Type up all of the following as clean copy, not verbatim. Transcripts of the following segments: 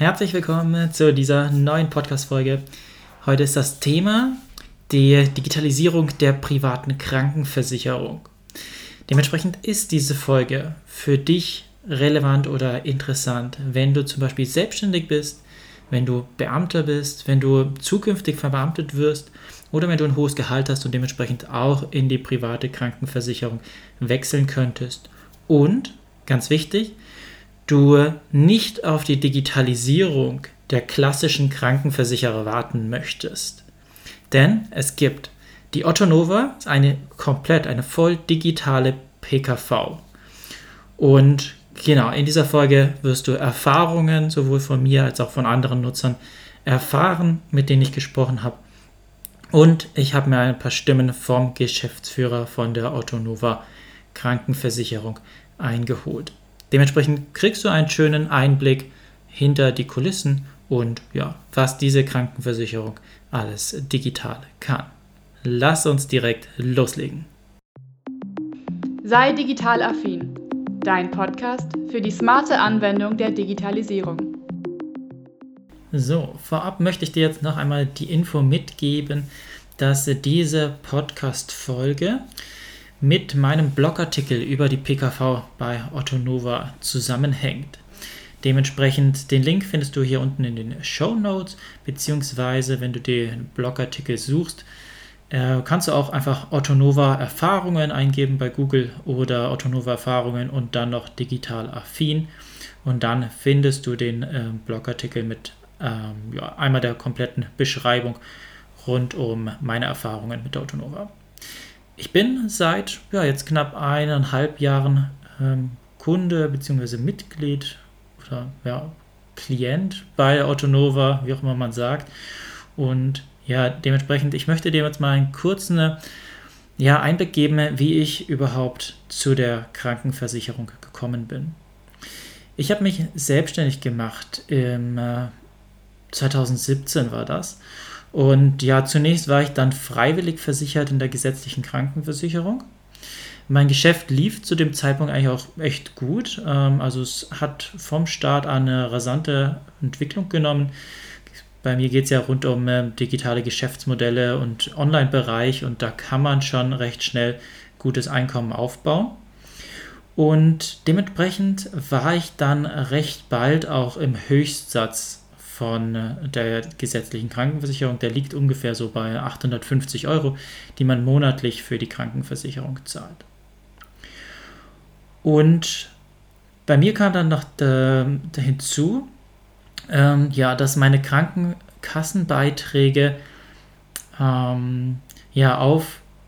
Herzlich willkommen zu dieser neuen Podcast-Folge. Heute ist das Thema die Digitalisierung der privaten Krankenversicherung. Dementsprechend ist diese Folge für dich relevant oder interessant, wenn du zum Beispiel selbstständig bist, wenn du Beamter bist, wenn du zukünftig verbeamtet wirst oder wenn du ein hohes Gehalt hast und dementsprechend auch in die private Krankenversicherung wechseln könntest. Und, ganz wichtig, du nicht auf die Digitalisierung der klassischen Krankenversicherer warten möchtest. Denn es gibt die Otto Nova, eine voll digitale PKV. Und genau, in dieser Folge wirst du Erfahrungen sowohl von mir als auch von anderen Nutzern erfahren, mit denen ich gesprochen habe. Und ich habe mir ein paar Stimmen vom Geschäftsführer von der Otto Nova Krankenversicherung eingeholt. Dementsprechend kriegst du einen schönen Einblick hinter die Kulissen und was diese Krankenversicherung alles digital kann. Lass uns direkt loslegen. Sei digital affin, dein Podcast für die smarte Anwendung der Digitalisierung. So, vorab möchte ich dir jetzt noch einmal die Info mitgeben, dass diese Podcast-Folge mit meinem Blogartikel über die PKV bei Otto Nova zusammenhängt. Dementsprechend den Link findest du hier unten in den Shownotes, beziehungsweise wenn du den Blogartikel suchst, kannst du auch einfach Otto Nova Erfahrungen eingeben bei Google oder Otto Nova Erfahrungen und dann noch digital affin und dann findest du den Blogartikel mit einmal der kompletten Beschreibung rund um meine Erfahrungen mit der Otto Nova. Ich bin seit jetzt knapp 1,5 Jahren Kunde bzw. Mitglied oder Klient bei der Otto Nova, wie auch immer man sagt. Und dementsprechend, ich möchte dir jetzt mal einen kurzen Einblick geben, wie ich überhaupt zu der Krankenversicherung gekommen bin. Ich habe mich selbstständig gemacht, im 2017 war das. Und zunächst war ich dann freiwillig versichert in der gesetzlichen Krankenversicherung. Mein Geschäft lief zu dem Zeitpunkt eigentlich auch echt gut. Also es hat vom Start an eine rasante Entwicklung genommen. Bei mir geht es ja rund um digitale Geschäftsmodelle und Online-Bereich und da kann man schon recht schnell gutes Einkommen aufbauen. Und dementsprechend war ich dann recht bald auch im Höchstsatz von der gesetzlichen Krankenversicherung. Der liegt ungefähr so bei 850 €, die man monatlich für die Krankenversicherung zahlt. Und bei mir kam dann noch hinzu, dass meine Krankenkassenbeiträge auf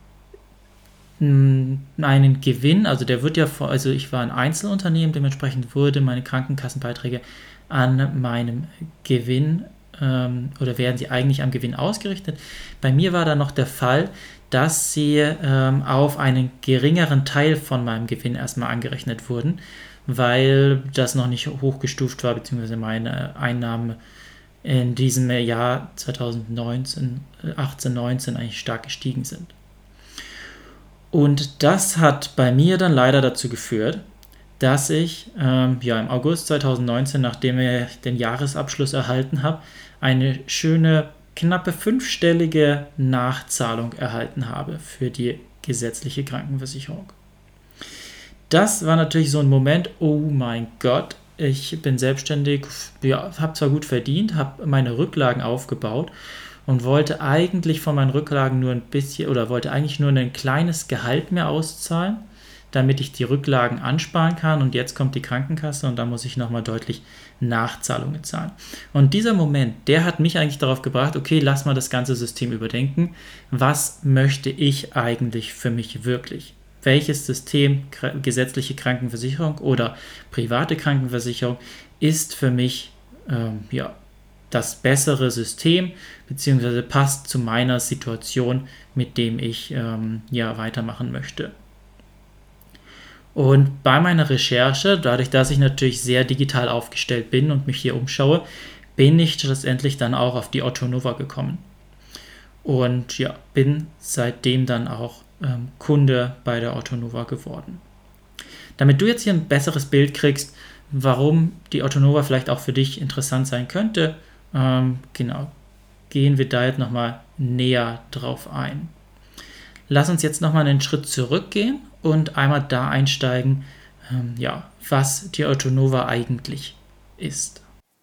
einen Gewinn, also der wird also ich war ein Einzelunternehmen, dementsprechend wurde meine Krankenkassenbeiträge an meinem Gewinn oder werden sie eigentlich am Gewinn ausgerichtet. Bei mir war dann noch der Fall, dass sie auf einen geringeren Teil von meinem Gewinn erstmal angerechnet wurden, weil das noch nicht hochgestuft war, beziehungsweise meine Einnahmen in diesem Jahr 2019, 18, 19 eigentlich stark gestiegen sind. Und das hat bei mir dann leider dazu geführt, dass ich im August 2019, nachdem ich den Jahresabschluss erhalten habe, eine schöne, knappe 5-stellige Nachzahlung erhalten habe für die gesetzliche Krankenversicherung. Das war natürlich so ein Moment, oh mein Gott, ich bin selbstständig, habe zwar gut verdient, habe meine Rücklagen aufgebaut und wollte eigentlich von meinen Rücklagen nur wollte eigentlich nur ein kleines Gehalt mehr auszahlen, damit ich die Rücklagen ansparen kann und jetzt kommt die Krankenkasse und da muss ich nochmal deutlich Nachzahlungen zahlen. Und dieser Moment, der hat mich eigentlich darauf gebracht, okay, lass mal das ganze System überdenken. Was möchte ich eigentlich für mich wirklich? Welches System, gesetzliche Krankenversicherung oder private Krankenversicherung, ist für mich das bessere System, beziehungsweise passt zu meiner Situation, mit dem ich weitermachen möchte. Und bei meiner Recherche, dadurch, dass ich natürlich sehr digital aufgestellt bin und mich hier umschaue, bin ich schlussendlich dann auch auf die Otto Nova gekommen. Und bin seitdem dann auch Kunde bei der Otto Nova geworden. Damit du jetzt hier ein besseres Bild kriegst, warum die Autonova vielleicht auch für dich interessant sein könnte, gehen wir da jetzt nochmal näher drauf ein. Lass uns jetzt nochmal einen Schritt zurückgehen und einmal da einsteigen, was die Autonova eigentlich ist.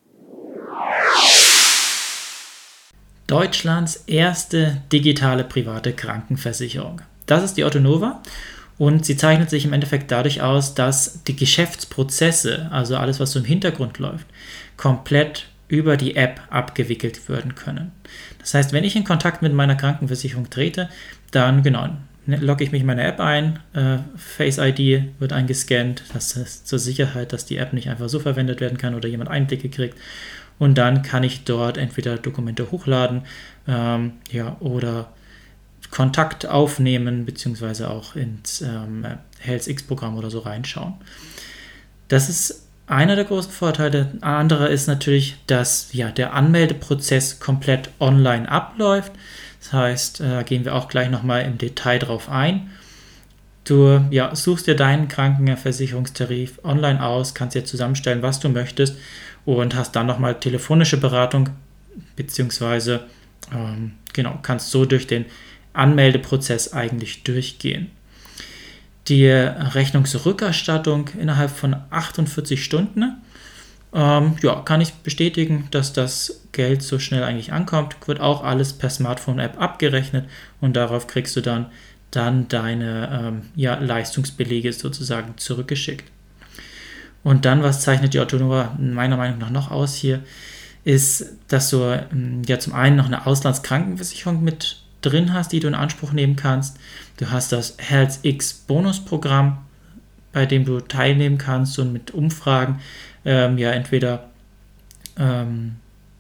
Deutschlands erste digitale private Krankenversicherung. Das ist die Autonova und sie zeichnet sich im Endeffekt dadurch aus, dass die Geschäftsprozesse, also alles, was so im Hintergrund läuft, komplett über die App abgewickelt werden können. Das heißt, wenn ich in Kontakt mit meiner Krankenversicherung trete, dann logge ich mich in meine App ein, Face ID wird eingescannt, das ist zur Sicherheit, dass die App nicht einfach so verwendet werden kann oder jemand Einblicke kriegt. Und dann kann ich dort entweder Dokumente hochladen oder Kontakt aufnehmen, beziehungsweise auch ins HealthX-Programm oder so reinschauen. Das ist einer der großen Vorteile. Ein anderer ist natürlich, dass der Anmeldeprozess komplett online abläuft. Das heißt, da gehen wir auch gleich nochmal im Detail drauf ein. Du suchst dir deinen Krankenversicherungstarif online aus, kannst dir zusammenstellen, was du möchtest und hast dann nochmal telefonische Beratung, beziehungsweise kannst so durch den Anmeldeprozess eigentlich durchgehen. Die Rechnungsrückerstattung innerhalb von 48 Stunden, kann ich bestätigen, dass das Geld so schnell eigentlich ankommt, wird auch alles per Smartphone-App abgerechnet und darauf kriegst du dann deine Leistungsbelege sozusagen zurückgeschickt. Und dann, was zeichnet die Autonova meiner Meinung nach noch aus hier, ist, dass du zum einen noch eine Auslandskrankenversicherung mit drin hast, die du in Anspruch nehmen kannst. Du hast das HealthX Bonusprogramm, bei dem du teilnehmen kannst und mit Umfragen entweder einen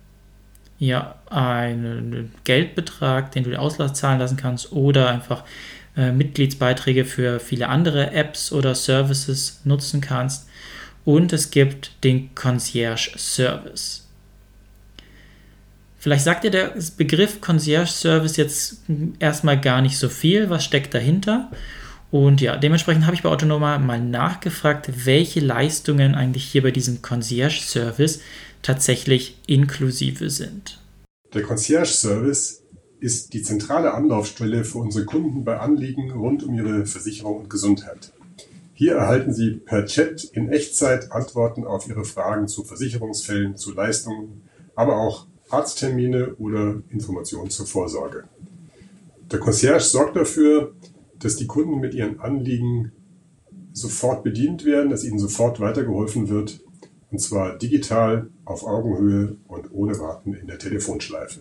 Geldbetrag, den du dir Auslass zahlen lassen kannst, oder einfach Mitgliedsbeiträge für viele andere Apps oder Services nutzen kannst. Und es gibt den Concierge Service. Vielleicht sagt dir der Begriff Concierge Service jetzt erstmal gar nicht so viel, was steckt dahinter. Und dementsprechend habe ich bei Autonova mal nachgefragt, welche Leistungen eigentlich hier bei diesem Concierge Service tatsächlich inklusive sind. Der Concierge Service ist die zentrale Anlaufstelle für unsere Kunden bei Anliegen rund um ihre Versicherung und Gesundheit. Hier erhalten Sie per Chat in Echtzeit Antworten auf Ihre Fragen zu Versicherungsfällen, zu Leistungen, aber auch Arzttermine oder Informationen zur Vorsorge. Der Concierge sorgt dafür, dass die Kunden mit ihren Anliegen sofort bedient werden, dass ihnen sofort weitergeholfen wird, und zwar digital, auf Augenhöhe und ohne Warten in der Telefonschleife.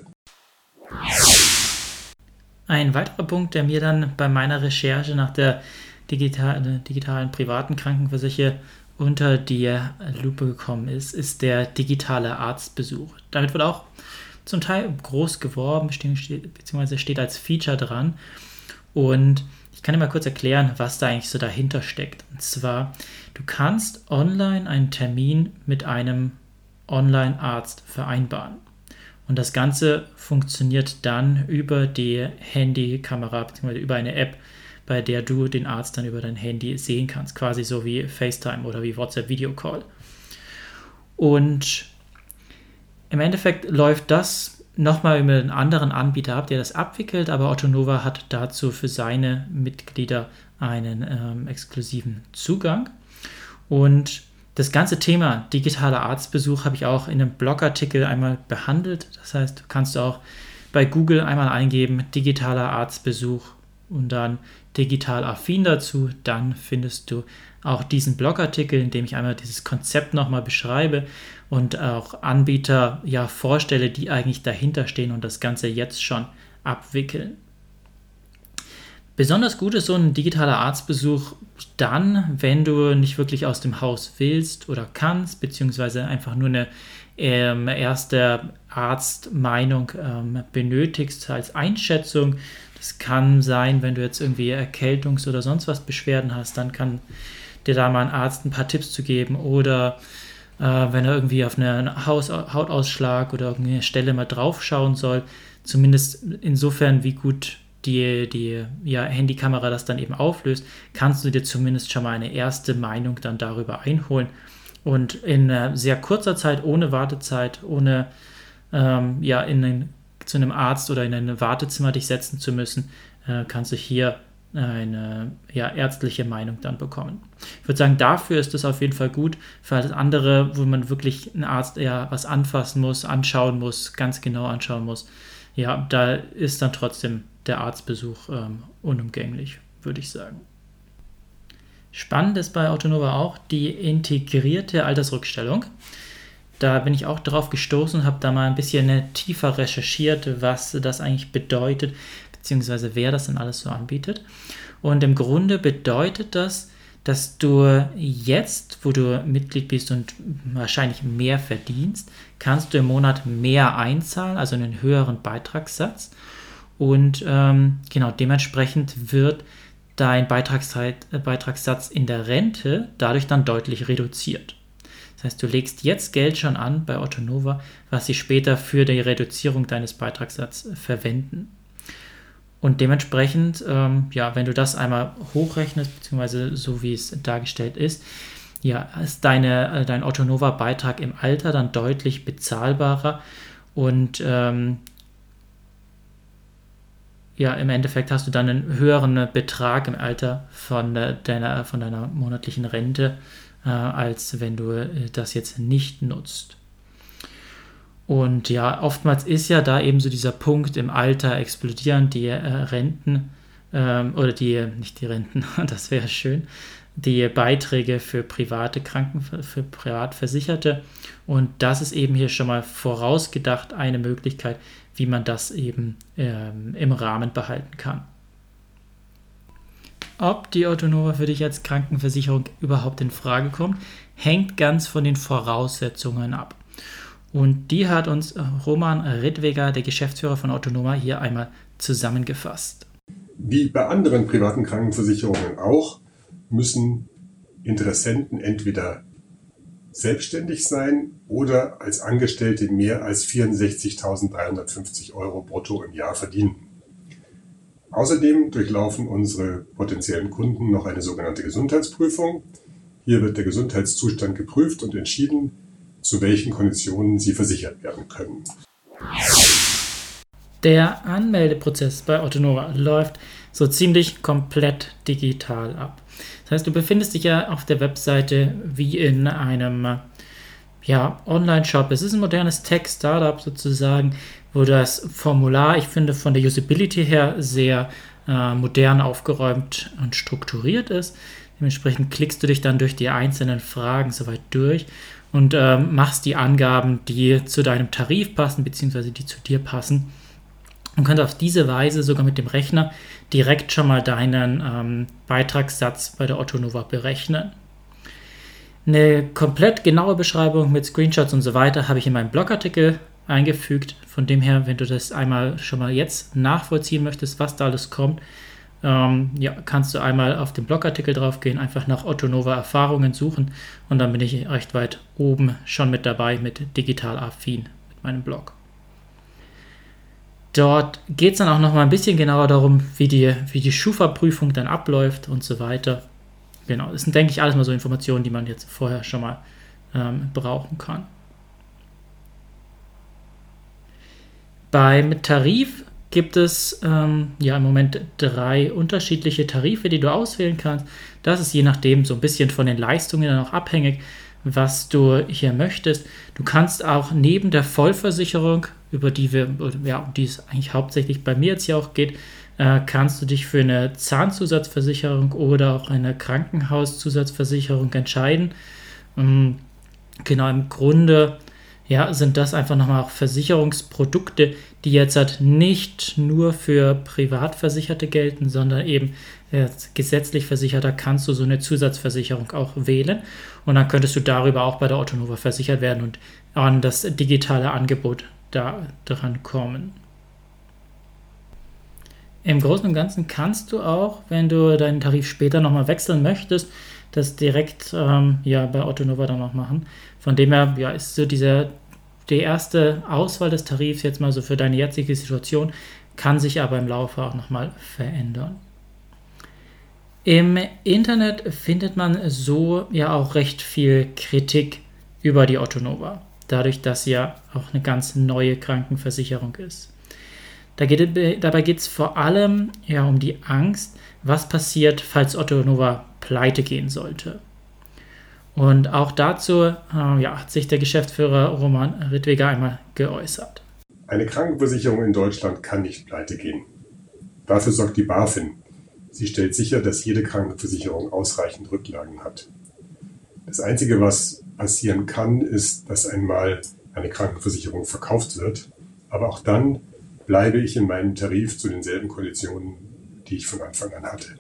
Ein weiterer Punkt, der mir dann bei meiner Recherche nach der digitalen privaten Krankenversicherung unter die Lupe gekommen ist der digitale Arztbesuch. Damit wird auch zum Teil groß geworben, beziehungsweise steht als Feature dran. Und ich kann dir mal kurz erklären, was da eigentlich so dahinter steckt. Und zwar, du kannst online einen Termin mit einem Online-Arzt vereinbaren. Und das Ganze funktioniert dann über die Handykamera, beziehungsweise über eine App, bei der du den Arzt dann über dein Handy sehen kannst, quasi so wie FaceTime oder wie WhatsApp Video Call. Und im Endeffekt läuft das nochmal über einen anderen Anbieter ab, der das abwickelt, aber Autonova hat dazu für seine Mitglieder einen exklusiven Zugang. Und das ganze Thema digitaler Arztbesuch habe ich auch in einem Blogartikel einmal behandelt. Das heißt, du kannst auch bei Google einmal eingeben, digitaler Arztbesuch und dann digital affin dazu, dann findest du auch diesen Blogartikel, in dem ich einmal dieses Konzept nochmal beschreibe und auch Anbieter vorstelle, die eigentlich dahinter stehen und das Ganze jetzt schon abwickeln. Besonders gut ist so ein digitaler Arztbesuch dann, wenn du nicht wirklich aus dem Haus willst oder kannst, beziehungsweise einfach nur eine erste Arztmeinung benötigst als Einschätzung. Das kann sein, wenn du jetzt irgendwie Erkältungs- oder sonst was Beschwerden hast, dann kann dir da mal ein Arzt ein paar Tipps zu geben, oder wenn er irgendwie auf einen Hautausschlag oder irgendeine Stelle mal drauf schauen soll, zumindest insofern, wie gut die Handykamera das dann eben auflöst, kannst du dir zumindest schon mal eine erste Meinung dann darüber einholen Und in sehr kurzer Zeit, ohne Wartezeit, ohne zu einem Arzt oder in ein Wartezimmer dich setzen zu müssen, kannst du hier eine ärztliche Meinung dann bekommen. Ich würde sagen, dafür ist es auf jeden Fall gut. Für alles andere, wo man wirklich einen Arzt eher was anfassen muss, anschauen muss, ganz genau anschauen muss, ja, da ist dann trotzdem der Arztbesuch unumgänglich, würde ich sagen. Spannend ist bei Autonova auch die integrierte Altersrückstellung. Da bin ich auch drauf gestoßen und habe da mal ein bisschen tiefer recherchiert, was das eigentlich bedeutet, beziehungsweise wer das denn alles so anbietet. Und im Grunde bedeutet das, dass du jetzt, wo du Mitglied bist und wahrscheinlich mehr verdienst, kannst du im Monat mehr einzahlen, also einen höheren Beitragssatz. Und dementsprechend wird dein Beitragssatz in der Rente dadurch dann deutlich reduziert. Das heißt, du legst jetzt Geld schon an bei Autonova, was sie später für die Reduzierung deines Beitragssatzes verwenden. Und dementsprechend, wenn du das einmal hochrechnest, beziehungsweise so wie es dargestellt ist, ist dein Autonova-Beitrag im Alter dann deutlich bezahlbarer und im Endeffekt hast du dann einen höheren Betrag im Alter von deiner monatlichen Rente, als wenn du das jetzt nicht nutzt. Und oftmals ist ja da eben so dieser Punkt im Alter explodieren die Renten, nicht die Renten, das wäre schön, die Beiträge für für Privatversicherte. Und das ist eben hier schon mal vorausgedacht eine Möglichkeit, wie man das eben im Rahmen behalten kann. Ob die Autonova für dich als Krankenversicherung überhaupt in Frage kommt, hängt ganz von den Voraussetzungen ab. Und die hat uns Roman Rittweger, der Geschäftsführer von Autonova, hier einmal zusammengefasst. Wie bei anderen privaten Krankenversicherungen auch, müssen Interessenten entweder selbstständig sein oder als Angestellte mehr als 64.350 € brutto im Jahr verdienen. Außerdem durchlaufen unsere potenziellen Kunden noch eine sogenannte Gesundheitsprüfung. Hier wird der Gesundheitszustand geprüft und entschieden, zu welchen Konditionen sie versichert werden können. Der Anmeldeprozess bei Autonova läuft so ziemlich komplett digital ab. Das heißt, du befindest dich ja auf der Webseite wie in einem Online-Shop. Es ist ein modernes Tech-Startup sozusagen, wo das Formular, ich finde, von der Usability her sehr modern aufgeräumt und strukturiert ist. Dementsprechend klickst du dich dann durch die einzelnen Fragen soweit durch und machst die Angaben, die zu deinem Tarif passen, beziehungsweise die zu dir passen. Und kannst auf diese Weise sogar mit dem Rechner direkt schon mal deinen Beitragssatz bei der Autonova berechnen. Eine komplett genaue Beschreibung mit Screenshots und so weiter habe ich in meinem Blogartikel eingefügt. Von dem her, wenn du das einmal schon mal jetzt nachvollziehen möchtest, was da alles kommt, kannst du einmal auf den Blogartikel drauf gehen, einfach nach Autonova Erfahrungen suchen und dann bin ich recht weit oben schon mit dabei mit Digital Affin, mit meinem Blog. Dort geht es dann auch noch mal ein bisschen genauer darum, wie die Schufa-Prüfung dann abläuft und so weiter. Genau, das sind, denke ich, alles mal so Informationen, die man jetzt vorher schon mal brauchen kann. Beim Tarif gibt es im Moment 3 unterschiedliche Tarife, die du auswählen kannst. Das ist je nachdem so ein bisschen von den Leistungen dann auch abhängig, was du hier möchtest. Du kannst auch neben der Vollversicherung, über die die es eigentlich hauptsächlich bei mir jetzt hier auch geht, kannst du dich für eine Zahnzusatzversicherung oder auch eine Krankenhauszusatzversicherung entscheiden. Genau, im Grunde sind das einfach nochmal auch Versicherungsprodukte, die jetzt halt nicht nur für Privatversicherte gelten, sondern eben gesetzlich Versicherter kannst du so eine Zusatzversicherung auch wählen und dann könntest du darüber auch bei der Autonova versichert werden und an das digitale Angebot dran kommen. Im Großen und Ganzen kannst du auch, wenn du deinen Tarif später nochmal wechseln möchtest, das direkt bei Autonova dann noch machen. Von dem her ist so die erste Auswahl des Tarifs jetzt mal so für deine jetzige Situation, kann sich aber im Laufe auch nochmal verändern. Im Internet findet man so ja auch recht viel Kritik über die Ottonova, dadurch, dass sie ja auch eine ganz neue Krankenversicherung ist. Dabei geht es vor allem ja um die Angst, was passiert, falls Ottonova pleite gehen sollte. Und auch dazu hat sich der Geschäftsführer Roman Rittweger einmal geäußert. Eine Krankenversicherung in Deutschland kann nicht pleite gehen. Dafür sorgt die BaFin. Sie stellt sicher, dass jede Krankenversicherung ausreichend Rücklagen hat. Das Einzige, was passieren kann, ist, dass einmal eine Krankenversicherung verkauft wird. Aber auch dann bleibe ich in meinem Tarif zu denselben Konditionen, die ich von Anfang an hatte.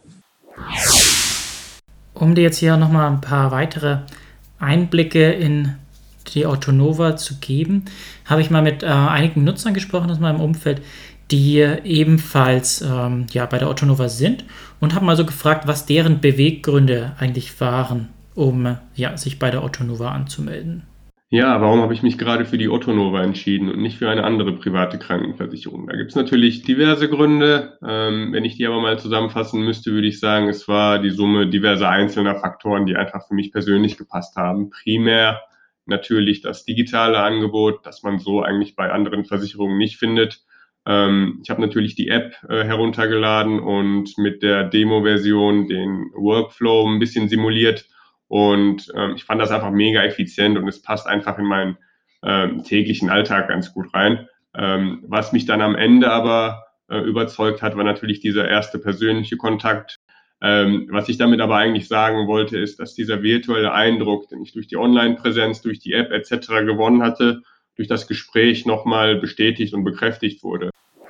Um dir jetzt hier nochmal ein paar weitere Einblicke in die Ottonova zu geben, habe ich mal mit einigen Nutzern gesprochen aus meinem Umfeld, die ebenfalls bei der Ottonova sind und habe mal so gefragt, was deren Beweggründe eigentlich waren, um sich bei der Ottonova anzumelden. Ja, warum habe ich mich gerade für die Ottonova entschieden und nicht für eine andere private Krankenversicherung? Da gibt es natürlich diverse Gründe. Wenn ich die aber mal zusammenfassen müsste, würde ich sagen, es war die Summe diverser einzelner Faktoren, die einfach für mich persönlich gepasst haben. Primär natürlich das digitale Angebot, das man so eigentlich bei anderen Versicherungen nicht findet. Ich habe natürlich die App heruntergeladen und mit der Demo-Version den Workflow ein bisschen simuliert. Und ich fand das einfach mega effizient und es passt einfach in meinen täglichen Alltag ganz gut rein. Was mich dann am Ende aber überzeugt hat, war natürlich dieser erste persönliche Kontakt. Was ich damit aber eigentlich sagen wollte, ist, dass dieser virtuelle Eindruck, den ich durch die Online-Präsenz, durch die App etc. gewonnen hatte, durch das Gespräch nochmal bestätigt und bekräftigt wurde.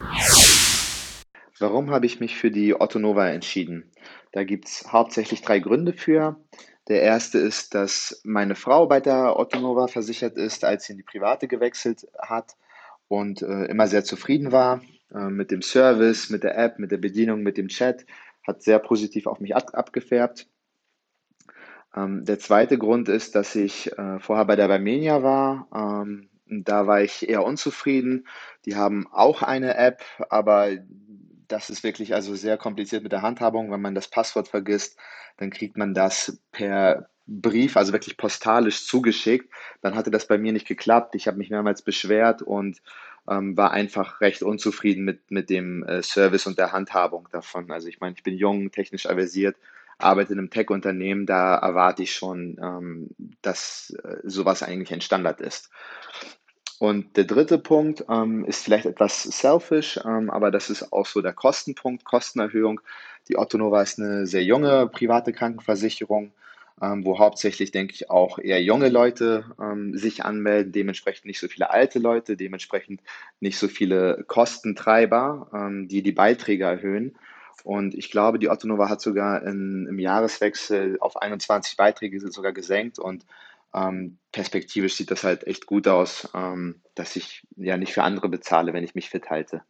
Warum habe ich mich für die Ottonova entschieden? Da gibt es hauptsächlich 3 Gründe für. Der erste ist, dass meine Frau bei der Ottonova versichert ist, als sie in die Private gewechselt hat und immer sehr zufrieden war mit dem Service, mit der App, mit der Bedienung, mit dem Chat, hat sehr positiv auf mich abgefärbt. Der zweite Grund ist, dass ich vorher bei der Barmenia war. Da war ich eher unzufrieden. Die haben auch eine App, aber das ist wirklich also sehr kompliziert mit der Handhabung. Wenn man das Passwort vergisst, dann kriegt man das per Brief, also wirklich postalisch zugeschickt. Dann hatte das bei mir nicht geklappt. Ich habe mich mehrmals beschwert und war einfach recht unzufrieden mit dem Service und der Handhabung davon. Also ich meine, ich bin jung, technisch versiert, arbeite in einem Tech-Unternehmen, da erwarte ich schon, dass sowas eigentlich ein Standard ist. Und der dritte Punkt ist vielleicht etwas selfish, aber das ist auch so der Kostenpunkt, Kostenerhöhung. Die Ottonova ist eine sehr junge private Krankenversicherung, wo hauptsächlich, denke ich, auch eher junge Leute sich anmelden, dementsprechend nicht so viele alte Leute, dementsprechend nicht so viele Kostentreiber, die die Beiträge erhöhen. Und ich glaube, die Ottonova hat sogar im Jahreswechsel auf 21 Beiträge sogar gesenkt und perspektivisch sieht das halt echt gut aus, dass ich ja nicht für andere bezahle, wenn ich mich fit halte.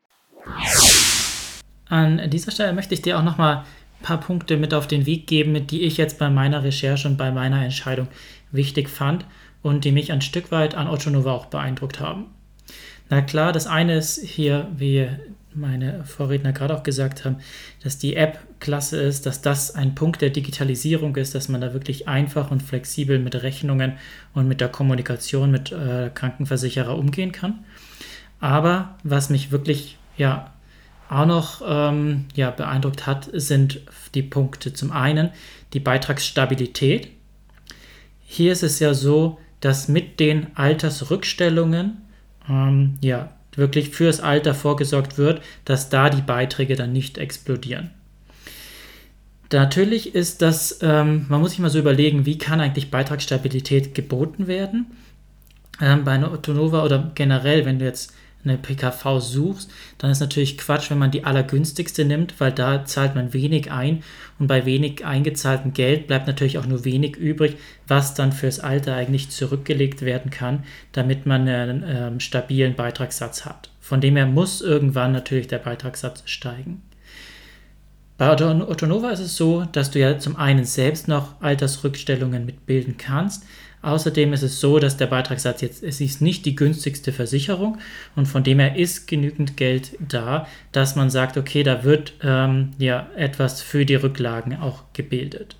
An dieser Stelle möchte ich dir auch nochmal ein paar Punkte mit auf den Weg geben, die ich jetzt bei meiner Recherche und bei meiner Entscheidung wichtig fand und die mich ein Stück weit an Ottonova auch beeindruckt haben. Na klar, das eine ist hier, wie meine Vorredner gerade auch gesagt haben, dass die App klasse ist, dass das ein Punkt der Digitalisierung ist, dass man da wirklich einfach und flexibel mit Rechnungen und mit der Kommunikation mit Krankenversicherer umgehen kann. Aber was mich wirklich auch noch beeindruckt hat, sind die Punkte. Zum einen die Beitragsstabilität. Hier ist es ja so, dass mit den Altersrückstellungen wirklich fürs Alter vorgesorgt wird, dass da die Beiträge dann nicht explodieren. Natürlich ist das, man muss sich mal so überlegen, wie kann eigentlich Beitragsstabilität geboten werden? Bei einer Ottonova oder generell, wenn du jetzt eine PKV suchst, dann ist natürlich Quatsch, wenn man die allergünstigste nimmt, weil da zahlt man wenig ein und bei wenig eingezahltem Geld bleibt natürlich auch nur wenig übrig, was dann fürs Alter eigentlich zurückgelegt werden kann, damit man einen stabilen Beitragssatz hat. Von dem her muss irgendwann natürlich der Beitragssatz steigen. Bei Ottonova ist es so, dass du ja zum einen selbst noch Altersrückstellungen mitbilden kannst, Außerdem ist es so, dass der Beitragssatz es ist nicht die günstigste Versicherung und von dem her ist genügend Geld da, dass man sagt, okay, da wird etwas für die Rücklagen auch gebildet.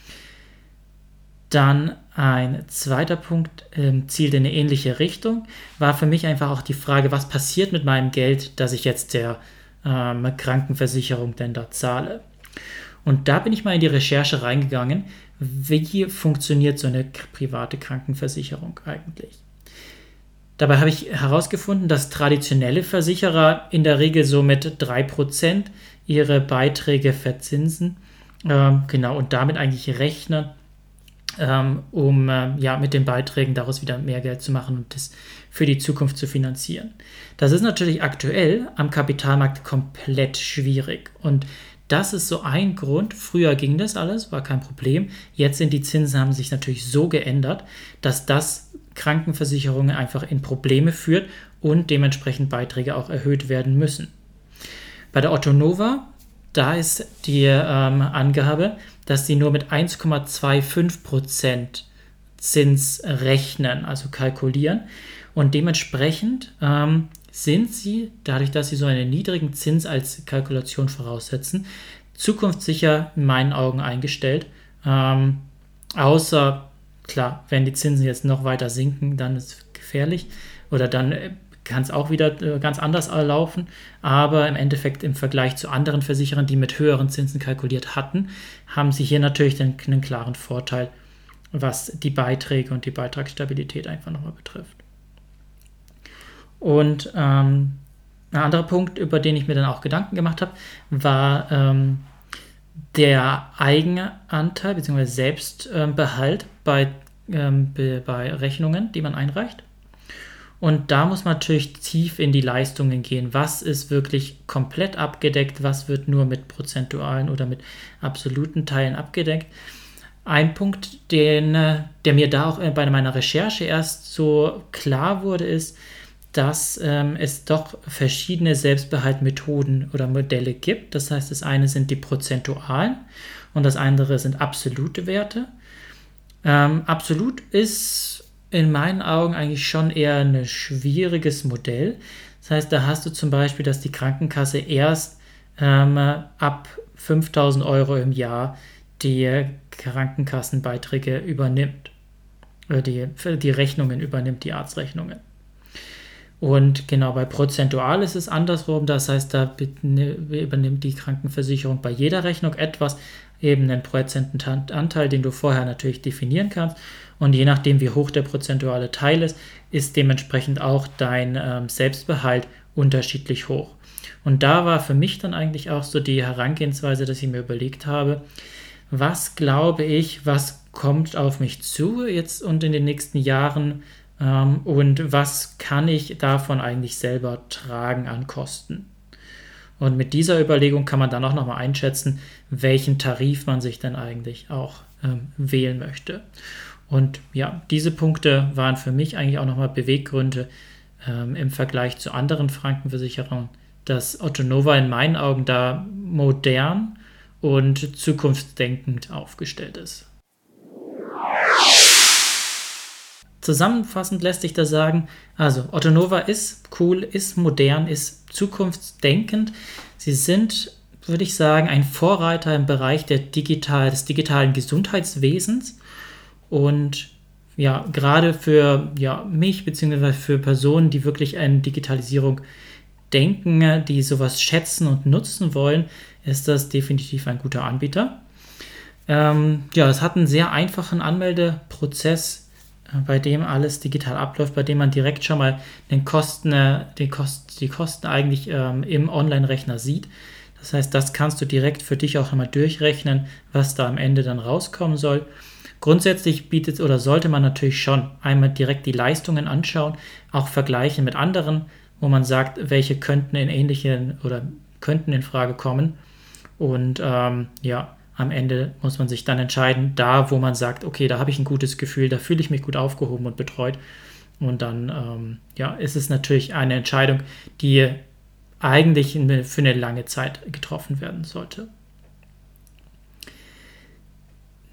Dann ein zweiter Punkt, zielt in eine ähnliche Richtung, war für mich einfach auch die Frage, was passiert mit meinem Geld, das ich jetzt der Krankenversicherung denn da zahle. Und da bin ich mal in die Recherche reingegangen, wie funktioniert so eine private Krankenversicherung eigentlich. Dabei habe ich herausgefunden, dass traditionelle Versicherer in der Regel so mit 3% ihre Beiträge verzinsen, und damit eigentlich rechnen, um mit den Beiträgen daraus wieder mehr Geld zu machen und das für die Zukunft zu finanzieren. Das ist natürlich aktuell am Kapitalmarkt komplett schwierig und das ist so ein Grund. Früher ging das alles, war kein Problem. Jetzt sind die Zinsen, haben sich natürlich so geändert, dass das Krankenversicherungen einfach in Probleme führt und dementsprechend Beiträge auch erhöht werden müssen. Bei der Ottonova, da ist die Angabe, dass sie nur mit 1,25% Zins rechnen, also kalkulieren. Und dementsprechend sind sie, dadurch, dass sie so einen niedrigen Zins als Kalkulation voraussetzen, zukunftssicher in meinen Augen eingestellt. Außer, klar, wenn die Zinsen jetzt noch weiter sinken, dann ist es gefährlich. Oder dann kann es auch wieder ganz anders laufen. Aber im Endeffekt im Vergleich zu anderen Versicherern, die mit höheren Zinsen kalkuliert hatten, haben sie hier natürlich einen klaren Vorteil, was die Beiträge und die Beitragsstabilität einfach nochmal betrifft. Und ein anderer Punkt, über den ich mir dann auch Gedanken gemacht habe, war der Eigenanteil bzw. Selbstbehalt bei Rechnungen, die man einreicht. Und da muss man natürlich tief in die Leistungen gehen. Was ist wirklich komplett abgedeckt? Was wird nur mit prozentualen oder mit absoluten Teilen abgedeckt? Ein Punkt, der mir da auch bei meiner Recherche erst so klar wurde, ist, dass es doch verschiedene Selbstbehaltmethoden oder Modelle gibt. Das heißt, das eine sind die prozentualen und das andere sind absolute Werte. Absolut ist in meinen Augen eigentlich schon eher ein schwieriges Modell. Das heißt, da hast du zum Beispiel, dass die Krankenkasse erst ab 5.000 Euro im Jahr die Krankenkassenbeiträge übernimmt. Oder die Rechnungen übernimmt, die Arztrechnungen. Und genau, bei prozentual ist es andersrum. Das heißt, da übernimmt die Krankenversicherung bei jeder Rechnung etwas, eben einen Prozentanteil, den du vorher natürlich definieren kannst. Und je nachdem, wie hoch der prozentuale Teil ist dementsprechend auch dein Selbstbehalt unterschiedlich hoch. Und da war für mich dann eigentlich auch so die Herangehensweise, dass ich mir überlegt habe, was glaube ich, was kommt auf mich zu jetzt und in den nächsten Jahren und was kann ich davon eigentlich selber tragen an Kosten. Und mit dieser Überlegung kann man dann auch nochmal einschätzen, welchen Tarif man sich dann eigentlich auch wählen möchte. Und ja, diese Punkte waren für mich eigentlich auch nochmal Beweggründe im Vergleich zu anderen Krankenversicherern, dass Ottonova in meinen Augen da modern und zukunftsdenkend aufgestellt ist. Zusammenfassend lässt sich da sagen, also Ottonova ist cool, ist modern, ist zukunftsdenkend. Sie sind, würde ich sagen, ein Vorreiter im Bereich des digitalen Gesundheitswesens und ja, gerade für mich bzw. für Personen, die wirklich an Digitalisierung denken, die sowas schätzen und nutzen wollen, ist das definitiv ein guter Anbieter. Es hat einen sehr einfachen Anmeldeprozess, bei dem alles digital abläuft, bei dem man direkt schon mal die Kosten eigentlich im Online-Rechner sieht. Das heißt, das kannst du direkt für dich auch einmal durchrechnen, was da am Ende dann rauskommen soll. Grundsätzlich sollte man natürlich schon einmal direkt die Leistungen anschauen, auch vergleichen mit anderen, wo man sagt, welche könnten in Frage kommen. Und am Ende muss man sich dann entscheiden, da wo man sagt, okay, da habe ich ein gutes Gefühl, da fühle ich mich gut aufgehoben und betreut. Und dann ist es natürlich eine Entscheidung, die eigentlich für eine lange Zeit getroffen werden sollte.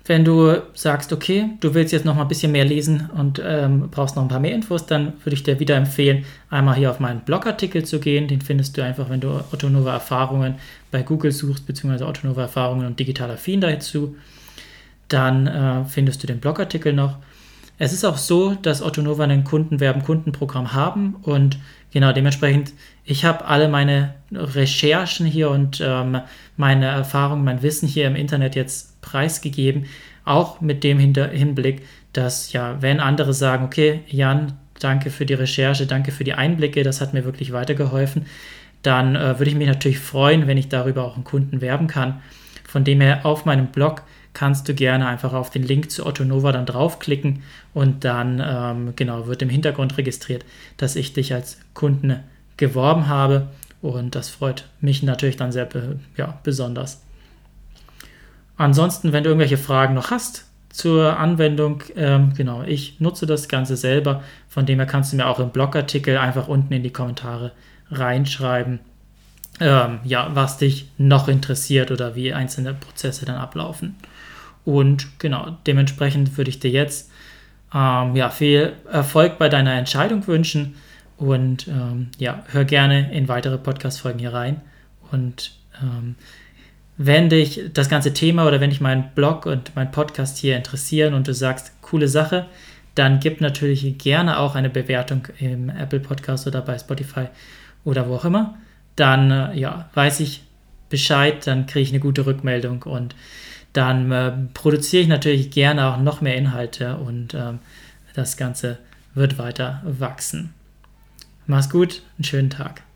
wenn du sagst, okay, du willst jetzt noch mal ein bisschen mehr lesen und brauchst noch ein paar mehr Infos, dann würde ich dir wieder empfehlen, einmal hier auf meinen Blogartikel zu gehen. Den findest du einfach, wenn du Ottonova Erfahrungen bei Google suchst, beziehungsweise Ottonova Erfahrungen und digital affin dazu. Dann findest du den Blogartikel noch. Es ist auch so, dass Ottonova ein Kundenprogramm haben und genau dementsprechend, ich habe alle meine Recherchen hier und meine Erfahrungen, mein Wissen hier im Internet jetzt preisgegeben, auch mit dem Hinblick, dass ja, wenn andere sagen, okay, Jan, danke für die Recherche, danke für die Einblicke, das hat mir wirklich weitergeholfen, dann würde ich mich natürlich freuen, wenn ich darüber auch einen Kunden werben kann. Von dem her auf meinem Blog kannst du gerne einfach auf den Link zu Ottonova dann draufklicken und dann wird im Hintergrund registriert, dass ich dich als Kunden geworben habe und das freut mich natürlich dann sehr besonders. Ansonsten, wenn du irgendwelche Fragen noch hast zur Anwendung, ich nutze das Ganze selber, von dem her kannst du mir auch im Blogartikel einfach unten in die Kommentare reinschreiben, was dich noch interessiert oder wie einzelne Prozesse dann ablaufen. Und genau, dementsprechend würde ich dir jetzt viel Erfolg bei deiner Entscheidung wünschen und hör gerne in weitere Podcast-Folgen hier rein. Und wenn dich das ganze Thema oder wenn dich mein Blog und mein Podcast hier interessieren und du sagst, coole Sache, dann gib natürlich gerne auch eine Bewertung im Apple Podcast oder bei Spotify oder wo auch immer. Dann weiß ich Bescheid, dann kriege ich eine gute Rückmeldung und dann produziere ich natürlich gerne auch noch mehr Inhalte und das Ganze wird weiter wachsen. Mach's gut, einen schönen Tag.